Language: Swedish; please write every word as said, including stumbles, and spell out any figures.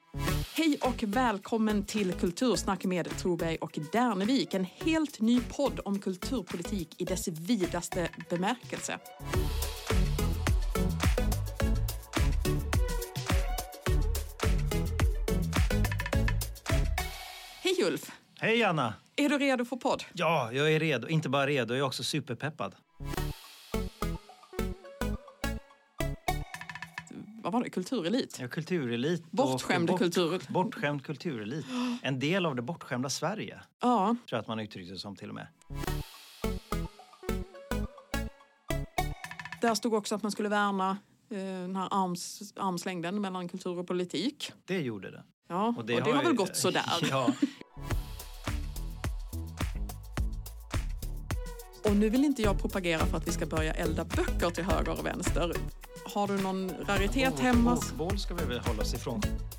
Hej och välkommen till Kultursnack med Troberg och Dernevik. En helt ny podd om kulturpolitik i dess vidaste bemärkelse. Hej Ulf! Hej Anna! Är du redo för podd? Ja, jag är redo. Inte bara redo, jag är också superpeppad. Vad var det? Kulturelit? Ja, kulturelit. Bortskämd bort, kulturelit. Bortskämd kulturelit. En del av det bortskämda Sverige. Ja. Tror jag att man uttryckte det som till och med. Där stod också att man skulle värna eh, den här arms, armslängden mellan kultur och politik. Det gjorde det. Ja, och det, och det har, har väl gått sådär. Ja. Och nu vill inte jag propagera för att vi ska börja elda böcker till höger och vänster. Har du någon raritet hemma? Bokbål ska vi väl hålla oss ifrån.